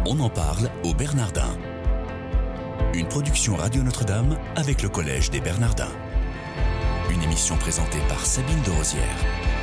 On en parle aux Bernardins. Une production Radio Notre-Dame avec le Collège des Bernardins. Une émission présentée par Sabine de Rosière.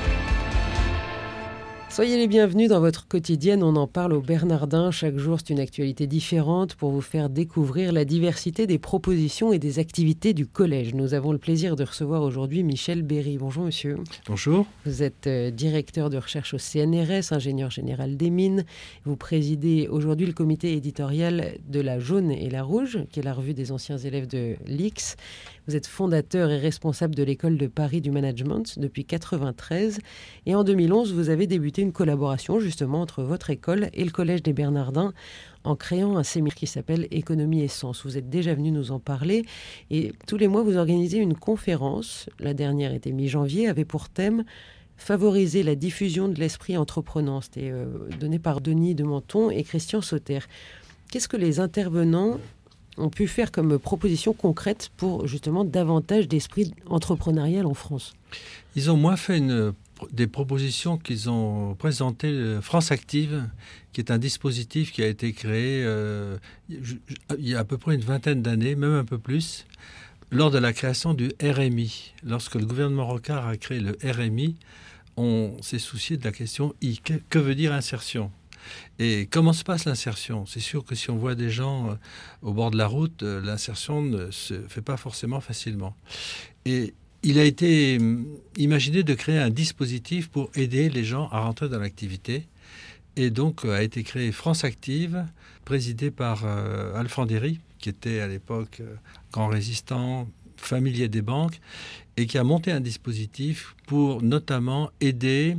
Soyez les bienvenus dans votre quotidienne. On en parle aux Bernardins. Chaque jour, c'est une actualité différente pour vous faire découvrir la diversité des propositions et des activités du collège. Nous avons le plaisir de recevoir aujourd'hui Michel Berry. Bonjour monsieur. Bonjour. Vous êtes directeur de recherche au CNRS, ingénieur général des mines. Vous présidez aujourd'hui le comité éditorial de La Jaune et la Rouge, qui est la revue des anciens élèves de l'IX. Vous êtes fondateur et responsable de l'école de Paris du management depuis 1993. Et en 2011, vous avez débuté une collaboration justement entre votre école et le Collège des Bernardins en créant un séminaire qui s'appelle Économie et Sens. Vous êtes déjà venu nous en parler. Et tous les mois, vous organisez une conférence. La dernière était mi-janvier, avait pour thème favoriser la diffusion de l'esprit entreprenant. C'était donné par Denis de Menton et Christian Sauter. Qu'est-ce que les intervenants ont pu faire comme proposition concrète pour justement davantage d'esprit entrepreneurial en France? Ils ont moins fait des propositions qu'ils ont présentées. France Active, qui est un dispositif qui a été créé il y a à peu près une vingtaine d'années, même un peu plus, lors de la création du RMI. Lorsque le gouvernement Rocard a créé le RMI, on s'est soucié de la question I. Que veut dire insertion ? Et comment se passe l'insertion ? C'est sûr que si on voit des gens au bord de la route, l'insertion ne se fait pas forcément facilement. Et il a été imaginé de créer un dispositif pour aider les gens à rentrer dans l'activité. Et donc a été créé France Active, présidé par Alphand Déry, qui était à l'époque grand résistant, familier des banques, et qui a monté un dispositif pour notamment aider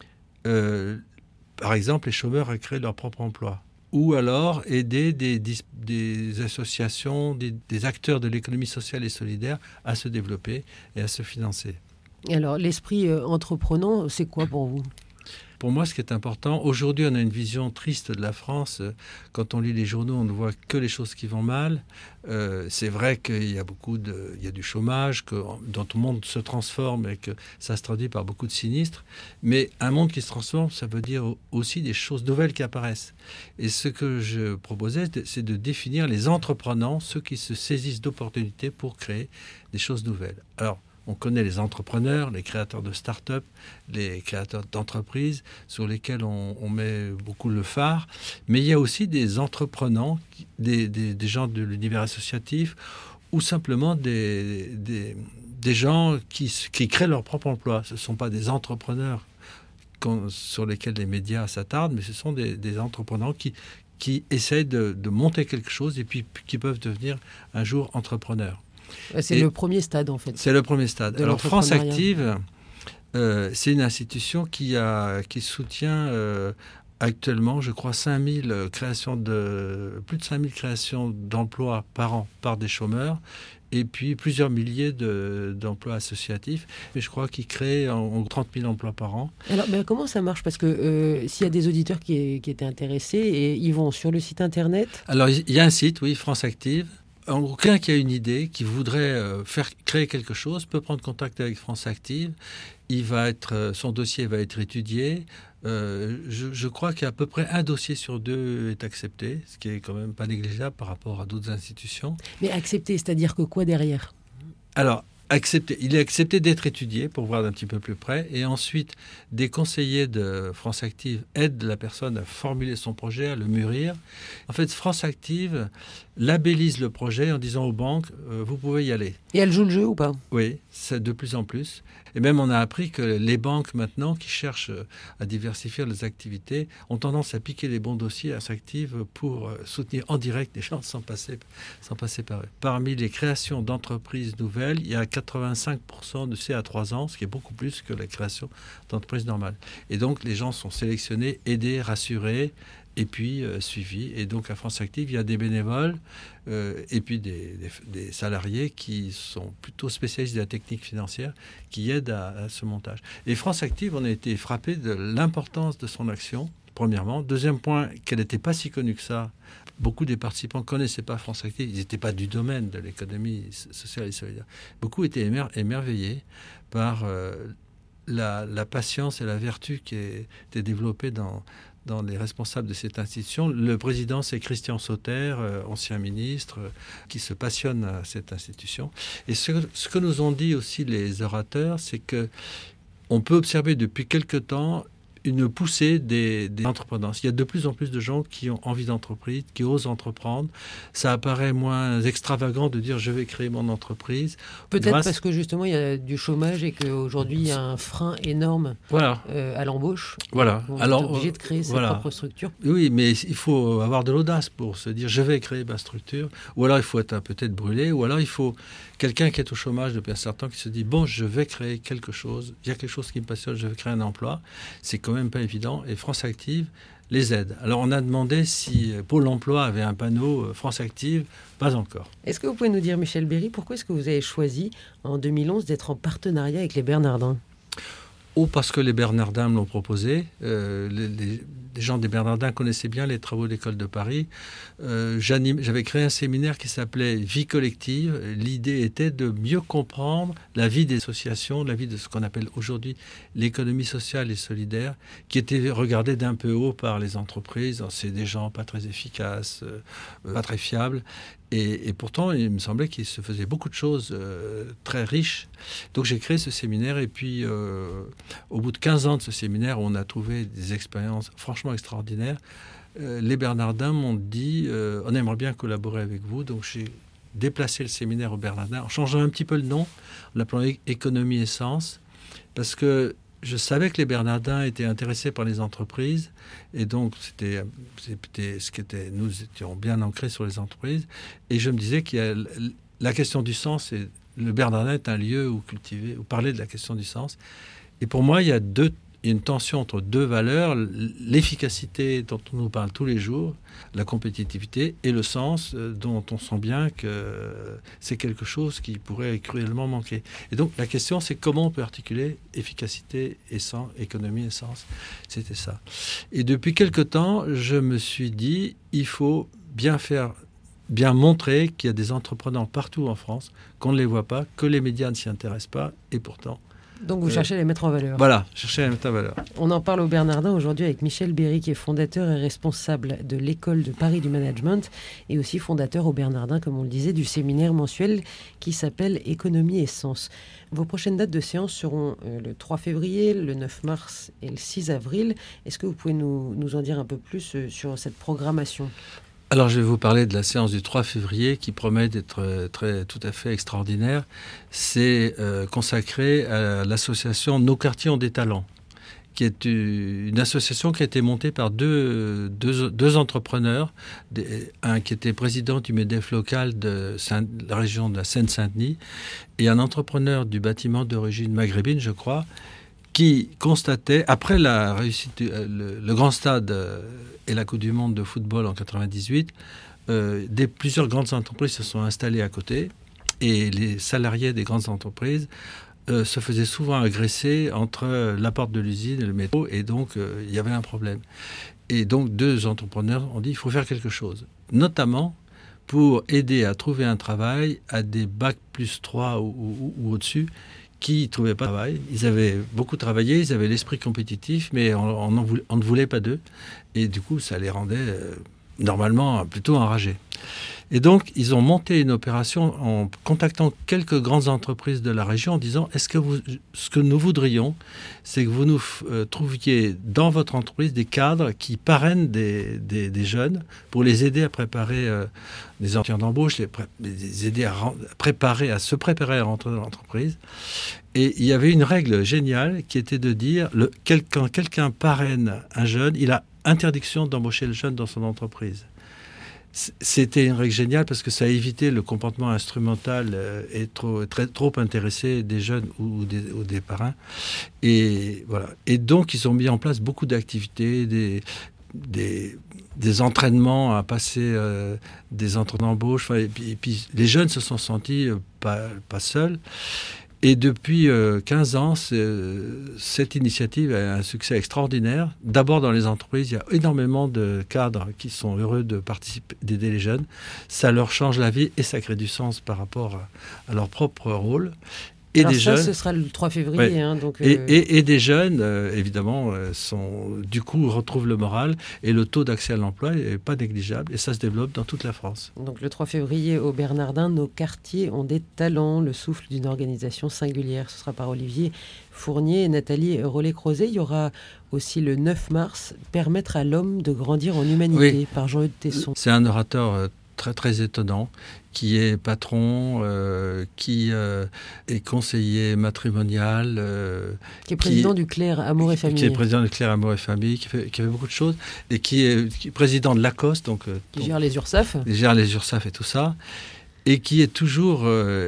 par exemple, les chômeurs à créer leur propre emploi. Ou alors aider des associations, des acteurs de l'économie sociale et solidaire à se développer et à se financer. Alors, l'esprit entreprenant, c'est quoi pour vous ? Pour moi, ce qui est important, aujourd'hui, on a une vision triste de la France. Quand on lit les journaux, on ne voit que les choses qui vont mal. C'est vrai qu'il y a il y a du chômage, dont tout le monde se transforme et que ça se traduit par beaucoup de sinistres. Mais un monde qui se transforme, ça veut dire aussi des choses nouvelles qui apparaissent. Et ce que je proposais, c'est de définir les entreprenants, ceux qui se saisissent d'opportunités pour créer des choses nouvelles. Alors, on connaît les entrepreneurs, les créateurs de start-up, les créateurs d'entreprises sur lesquels on met beaucoup le phare. Mais il y a aussi des entreprenants, des gens de l'univers associatif ou simplement des gens qui créent leur propre emploi. Ce ne sont pas des entrepreneurs sur lesquels les médias s'attardent, mais ce sont des entrepreneurs qui essayent de monter quelque chose et puis qui peuvent devenir un jour entrepreneurs. C'est le premier stade, en fait. C'est le premier stade. Alors, France Active, c'est une institution qui soutient actuellement, je crois, plus de 5000 créations d'emplois par an par des chômeurs, et puis plusieurs milliers d'emplois associatifs. Mais je crois qu'ils créent en 30 000 emplois par an. Alors, comment ça marche ? Parce que s'il y a des auditeurs qui étaient intéressés, et ils vont sur le site internet ? Alors, il y a un site, oui, France Active. En gros, quelqu'un qui a une idée, qui voudrait créer quelque chose, peut prendre contact avec France Active. Son dossier va être étudié. Je crois qu'à peu près un dossier sur deux est accepté, ce qui est quand même pas négligeable par rapport à d'autres institutions. Mais accepté, c'est-à-dire que quoi derrière ? Alors, il est accepté d'être étudié pour voir d'un petit peu plus près. Et ensuite, des conseillers de France Active aident la personne à formuler son projet, à le mûrir. En fait, France Active labellise le projet en disant aux banques, vous pouvez y aller. Et elle joue le jeu ou pas ? Oui, c'est de plus en plus. Et même on a appris que les banques maintenant, qui cherchent à diversifier leurs activités, ont tendance à piquer les bons dossiers à s'active pour soutenir en direct les gens sans passer par eux. Parmi les créations d'entreprises nouvelles, il y a 85% de C à 3 ans, ce qui est beaucoup plus que la création d'entreprises normales. Et donc les gens sont sélectionnés, aidés, rassurés, et puis suivis. Et donc à France Active, il y a des bénévoles et puis des salariés qui sont plutôt spécialistes de la technique financière qui aident à ce montage. Et France Active, on a été frappé de l'importance de son action, premièrement. Deuxième point, qu'elle n'était pas si connue que ça. Beaucoup des participants ne connaissaient pas France Active. Ils n'étaient pas du domaine de l'économie sociale et solidaire. Beaucoup étaient émerveillés par la patience et la vertu qui était développée dans dans les responsables de cette institution. Le président, c'est Christian Sauter, ancien ministre, qui se passionne à cette institution. Et ce que nous ont dit aussi les orateurs, c'est que on peut observer depuis quelque temps une poussée des entrepreneurs. Il y a de plus en plus de gens qui ont envie d'entreprise, qui osent entreprendre. Ça apparaît moins extravagant de dire je vais créer mon entreprise. Peut-être parce que justement il y a du chômage et qu'aujourd'hui il y a un frein énorme à l'embauche. Voilà. On est obligé de créer sa propre structure. Oui, mais il faut avoir de l'audace pour se dire je vais créer ma structure. Ou alors il faut être peut-être brûlé. Ou alors il faut quelqu'un qui est au chômage depuis un certain temps qui se dit bon, je vais créer quelque chose. Il y a quelque chose qui me passionne, je vais créer un emploi. C'est quand même pas évident, et France Active les aide. Alors on a demandé si Pôle emploi avait un panneau France Active, pas encore. Est-ce que vous pouvez nous dire, Michel Berry, pourquoi est-ce que vous avez choisi en 2011 d'être en partenariat avec les Bernardins ? Parce que les Bernardins me l'ont proposé. Les gens des Bernardins connaissaient bien les travaux de l'École de Paris. J'avais créé un séminaire qui s'appelait Vie collective. L'idée était de mieux comprendre la vie des associations, la vie de ce qu'on appelle aujourd'hui l'économie sociale et solidaire, qui était regardée d'un peu haut par les entreprises. C'est des gens pas très efficaces, pas très fiables. Et pourtant, il me semblait qu'il se faisait beaucoup de choses très riches. Donc j'ai créé ce séminaire et puis au bout de 15 ans de ce séminaire, on a trouvé des expériences franchement extraordinaires. Les Bernardins m'ont dit on aimerait bien collaborer avec vous. Donc j'ai déplacé le séminaire aux Bernardins en changeant un petit peu le nom, en l'appelant Économie et Sens, parce que je savais que les Bernardins étaient intéressés par les entreprises et donc c'était nous étions bien ancrés sur les entreprises et je me disais qu'il y a la question du sens et le Bernardin est un lieu où parler de la question du sens et pour moi il y a une tension entre deux valeurs, l'efficacité dont on nous parle tous les jours, la compétitivité et le sens dont on sent bien que c'est quelque chose qui pourrait cruellement manquer. Et donc la question c'est comment on peut articuler efficacité et sens, économie et sens. C'était ça. Et depuis quelque temps, je me suis dit il faut bien montrer qu'il y a des entrepreneurs partout en France, qu'on ne les voit pas, que les médias ne s'y intéressent pas et pourtant... Donc vous cherchez à les mettre en valeur. Voilà, chercher à les mettre en valeur. On en parle au Bernardin aujourd'hui avec Michel Berry, qui est fondateur et responsable de l'École de Paris du Management et aussi fondateur au Bernardin, comme on le disait, du séminaire mensuel qui s'appelle Économie et Sens. Vos prochaines dates de séance seront le 3 février, le 9 mars et le 6 avril. Est-ce que vous pouvez nous en dire un peu plus sur cette programmation ? Alors, je vais vous parler de la séance du 3 février qui promet d'être tout à fait extraordinaire. C'est consacré à l'association Nos quartiers ont des talents, qui est une association qui a été montée par deux entrepreneurs, un qui était président du MEDEF local de la région de la Seine-Saint-Denis et un entrepreneur du bâtiment d'origine maghrébine, je crois, qui constatait, après la réussite, le grand stade et la Coupe du Monde de football en 98, plusieurs grandes entreprises se sont installées à côté et les salariés des grandes entreprises se faisaient souvent agresser entre la porte de l'usine et le métro et donc il y avait un problème. Et donc deux entrepreneurs ont dit il faut faire quelque chose, notamment pour aider à trouver un travail à des bac plus 3 ou au-dessus qui ne trouvaient pas de travail. Ils avaient beaucoup travaillé, ils avaient l'esprit compétitif, mais on ne voulait pas d'eux. Et du coup, ça les rendait normalement plutôt enragés. Et donc, ils ont monté une opération en contactant quelques grandes entreprises de la région en disant « ce que nous voudrions, c'est que vous nous trouviez dans votre entreprise des cadres qui parrainent des jeunes pour les aider à préparer des entretiens d'embauche, les aider à se préparer à rentrer dans l'entreprise. » Et il y avait une règle géniale qui était de dire quand quelqu'un parraine un jeune, il a interdiction d'embaucher le jeune dans son entreprise. C'était une règle géniale parce que ça a évité le comportement instrumental et trop intéressé des jeunes ou des parrains. Et voilà. Et donc, ils ont mis en place beaucoup d'activités, des entraînements à passer des entretiens d'embauche. Et puis, les jeunes se sont sentis pas seuls. Et depuis 15 ans, cette initiative a un succès extraordinaire. D'abord, dans les entreprises, il y a énormément de cadres qui sont heureux de participer, d'aider les jeunes. Ça leur change la vie et ça crée du sens par rapport à leur propre rôle. et alors des ça, jeunes. ce sera le 3 février. Ouais. Hein, donc, Et des jeunes, évidemment, du coup, retrouvent le moral et le taux d'accès à l'emploi n'est pas négligeable et ça se développe dans toute la France. donc le 3 février au Bernardin, nos quartiers ont des talents, le souffle d'une organisation singulière. Ce sera par Olivier Fournier et Nathalie Rollet-Crozet. Il y aura aussi le 9 mars, Permettre à l'homme de grandir en humanité, par Jean-Eudes Tesson. C'est un orateur très très étonnant, qui est patron, qui est conseiller matrimonial, qui est président du Clerc Amour et Famille. Qui est président du Clerc Amour et Famille, qui fait beaucoup de choses, et qui est président de l'ACOS, qui gère les URSAF. Qui gère les URSAF et tout ça, et qui est toujours...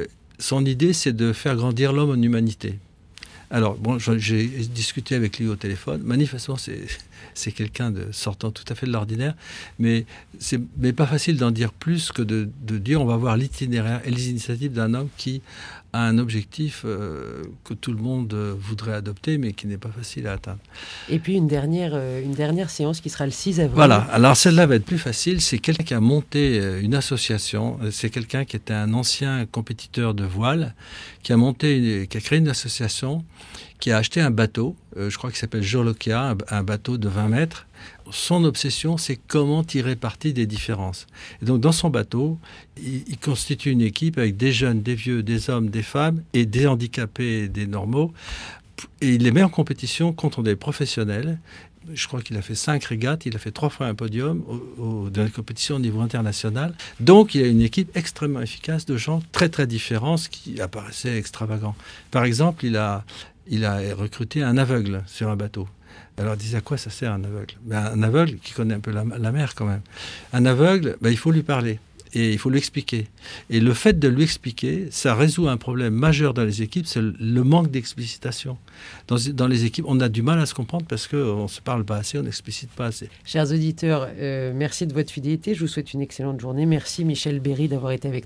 son idée, c'est de faire grandir l'homme en humanité. Alors, bon, j'ai discuté avec lui au téléphone. Manifestement, c'est quelqu'un de sortant tout à fait de l'ordinaire, mais pas facile d'en dire plus que de dire on va voir l'itinéraire et les initiatives d'un homme qui a un objectif que tout le monde voudrait adopter, mais qui n'est pas facile à atteindre. Et puis une dernière séance qui sera le 6 avril. Voilà, alors celle-là va être plus facile. C'est quelqu'un qui a monté une association. C'est quelqu'un qui était un ancien compétiteur de voile, qui a créé une association, qui a acheté un bateau, je crois qu'il s'appelle Jolokia, un bateau de 20 mètres. Son obsession, c'est comment tirer parti des différences. Et donc, dans son bateau, il constitue une équipe avec des jeunes, des vieux, des hommes, des femmes et des handicapés et des normaux. Et il les met en compétition contre des professionnels. Je crois qu'il a fait 5 régates, il a fait 3 fois un podium dans les compétitions au niveau international. Donc, il a une équipe extrêmement efficace de gens très, très différents, ce qui apparaissait extravagant. Par exemple, il a recruté un aveugle sur un bateau. Alors, il disait, à quoi ça sert un aveugle ? Un aveugle qui connaît un peu la mer quand même. Un aveugle, il faut lui parler et il faut lui expliquer. Et le fait de lui expliquer, ça résout un problème majeur dans les équipes, c'est le manque d'explicitation. Dans les équipes, on a du mal à se comprendre parce qu'on ne se parle pas assez, on n'explicite pas assez. Chers auditeurs, merci de votre fidélité. Je vous souhaite une excellente journée. Merci Michel Berry d'avoir été avec nous.